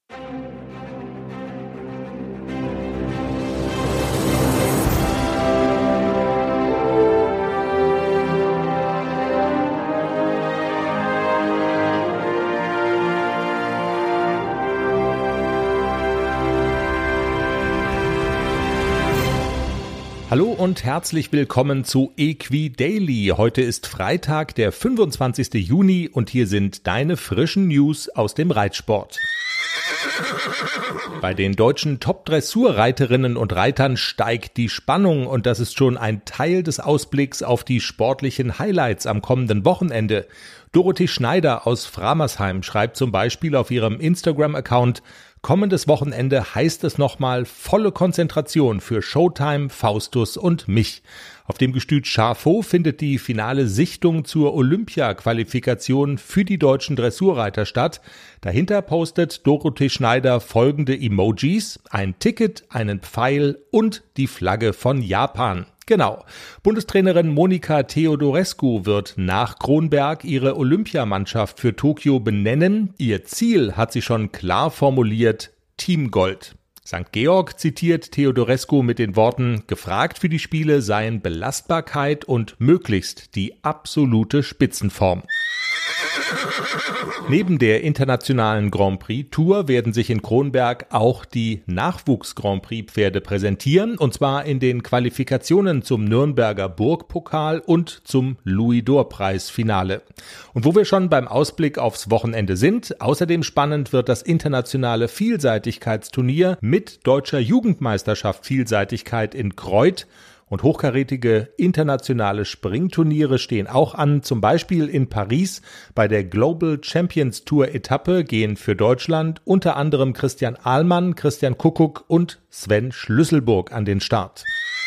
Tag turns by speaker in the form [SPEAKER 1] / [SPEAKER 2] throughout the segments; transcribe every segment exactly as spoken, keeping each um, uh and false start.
[SPEAKER 1] Hallo und herzlich willkommen zu Equidaily. Heute ist Freitag, der fünfundzwanzigster Juni und hier sind deine frischen News aus dem Reitsport. Bei den deutschen Top-Dressurreiterinnen und Reitern steigt die Spannung und das ist schon ein Teil des Ausblicks auf die sportlichen Highlights am kommenden Wochenende. Dorothee Schneider aus Framersheim schreibt zum Beispiel auf ihrem Instagram-Account: Kommendes Wochenende heißt es nochmal volle Konzentration für Showtime, Faustus und mich. Auf dem Gestüt Schafhof findet die finale Sichtung zur Olympia-Qualifikation für die deutschen Dressurreiter statt. Dahinter postet Dorothee Schneider folgende Emojis: ein Ticket, einen Pfeil und die Flagge von Japan. Genau. Bundestrainerin Monika Theodorescu wird nach Kronberg ihre Olympiamannschaft für Tokio benennen. Ihr Ziel hat sie schon klar formuliert: Team Gold. Sankt Georg zitiert Theodorescu mit den Worten: Gefragt für die Spiele seien Belastbarkeit und möglichst die absolute Spitzenform. Neben der internationalen Grand Prix Tour werden sich in Kronberg auch die Nachwuchs-Grand Prix Pferde präsentieren, und zwar in den Qualifikationen zum Nürnberger Burgpokal und zum Louis-d'Or-Preis-Finale. Und wo wir schon beim Ausblick aufs Wochenende sind, außerdem spannend wird das internationale Vielseitigkeitsturnier mit deutscher Jugendmeisterschaft Vielseitigkeit in Kreuth. Und hochkarätige internationale Springturniere stehen auch an. Zum Beispiel in Paris bei der Global Champions Tour Etappe gehen für Deutschland unter anderem Christian Ahlmann, Christian Kuckuck und Sven Schlüsselburg an den Start.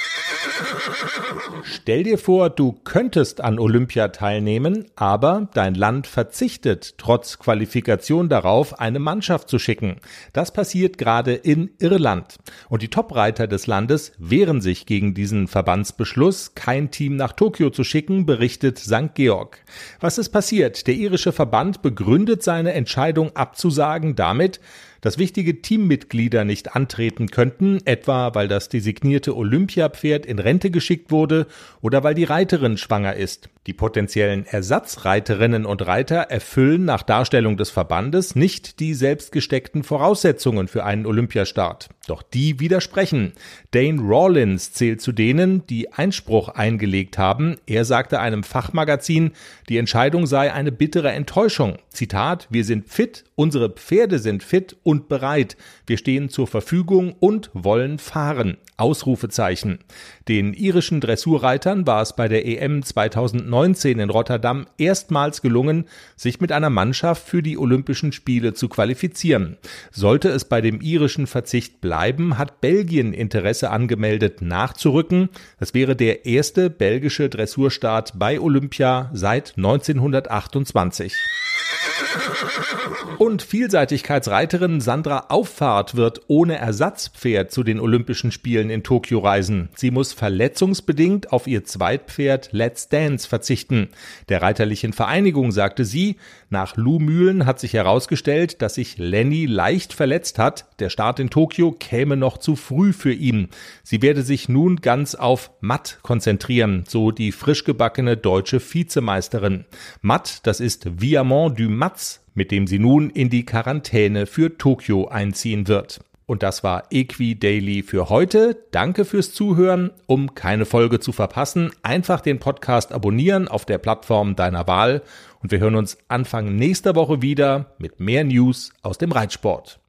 [SPEAKER 1] Stell dir vor, du könntest an Olympia teilnehmen, aber dein Land verzichtet trotz Qualifikation darauf, eine Mannschaft zu schicken. Das passiert gerade in Irland. Und die Topreiter des Landes wehren sich gegen diesen Verbandsbeschluss, kein Team nach Tokio zu schicken, berichtet Sankt Georg. Was ist passiert? Der irische Verband begründet seine Entscheidung abzusagen damit, dass wichtige Teammitglieder nicht antreten könnten, etwa weil das designierte Olympiapferd in Rente geschickt wurde oder weil die Reiterin schwanger ist. Die potenziellen Ersatzreiterinnen und Reiter erfüllen nach Darstellung des Verbandes nicht die selbstgesteckten Voraussetzungen für einen Olympiastart. Doch die widersprechen. Dane Rawlins zählt zu denen, die Einspruch eingelegt haben. Er sagte einem Fachmagazin, die Entscheidung sei eine bittere Enttäuschung. Zitat: Wir sind fit, unsere Pferde sind fit und bereit. Wir stehen zur Verfügung und wollen fahren. Ausrufezeichen. Den irischen Dressurreitern war es bei der E M zweitausendneunzehn in Rotterdam erstmals gelungen, sich mit einer Mannschaft für die Olympischen Spiele zu qualifizieren. Sollte es bei dem irischen Verzicht bleiben, hat Belgien Interesse angemeldet, nachzurücken. Das wäre der erste belgische Dressurstart bei Olympia seit neunzehnhundertachtundzwanzig. Und Vielseitigkeitsreiterin Sandra Auffahrt wird ohne Ersatzpferd zu den Olympischen Spielen in Tokio reisen. Sie muss verletzungsbedingt auf ihr Zweitpferd Let's Dance verzichten. Der reiterlichen Vereinigung sagte sie: Nach Lou Mühlen hat sich herausgestellt, dass sich Lenny leicht verletzt hat. Der Start in Tokio käme noch zu früh für ihn. Sie werde sich nun ganz auf Matt konzentrieren, so die frisch gebackene deutsche Vizemeisterin. Matt, das ist Viamont du Matz, mit dem sie nun in die Quarantäne für Tokio einziehen wird. Und das war Equidaily für heute. Danke fürs Zuhören. Um keine Folge zu verpassen, einfach den Podcast abonnieren auf der Plattform deiner Wahl. Und wir hören uns Anfang nächster Woche wieder mit mehr News aus dem Reitsport.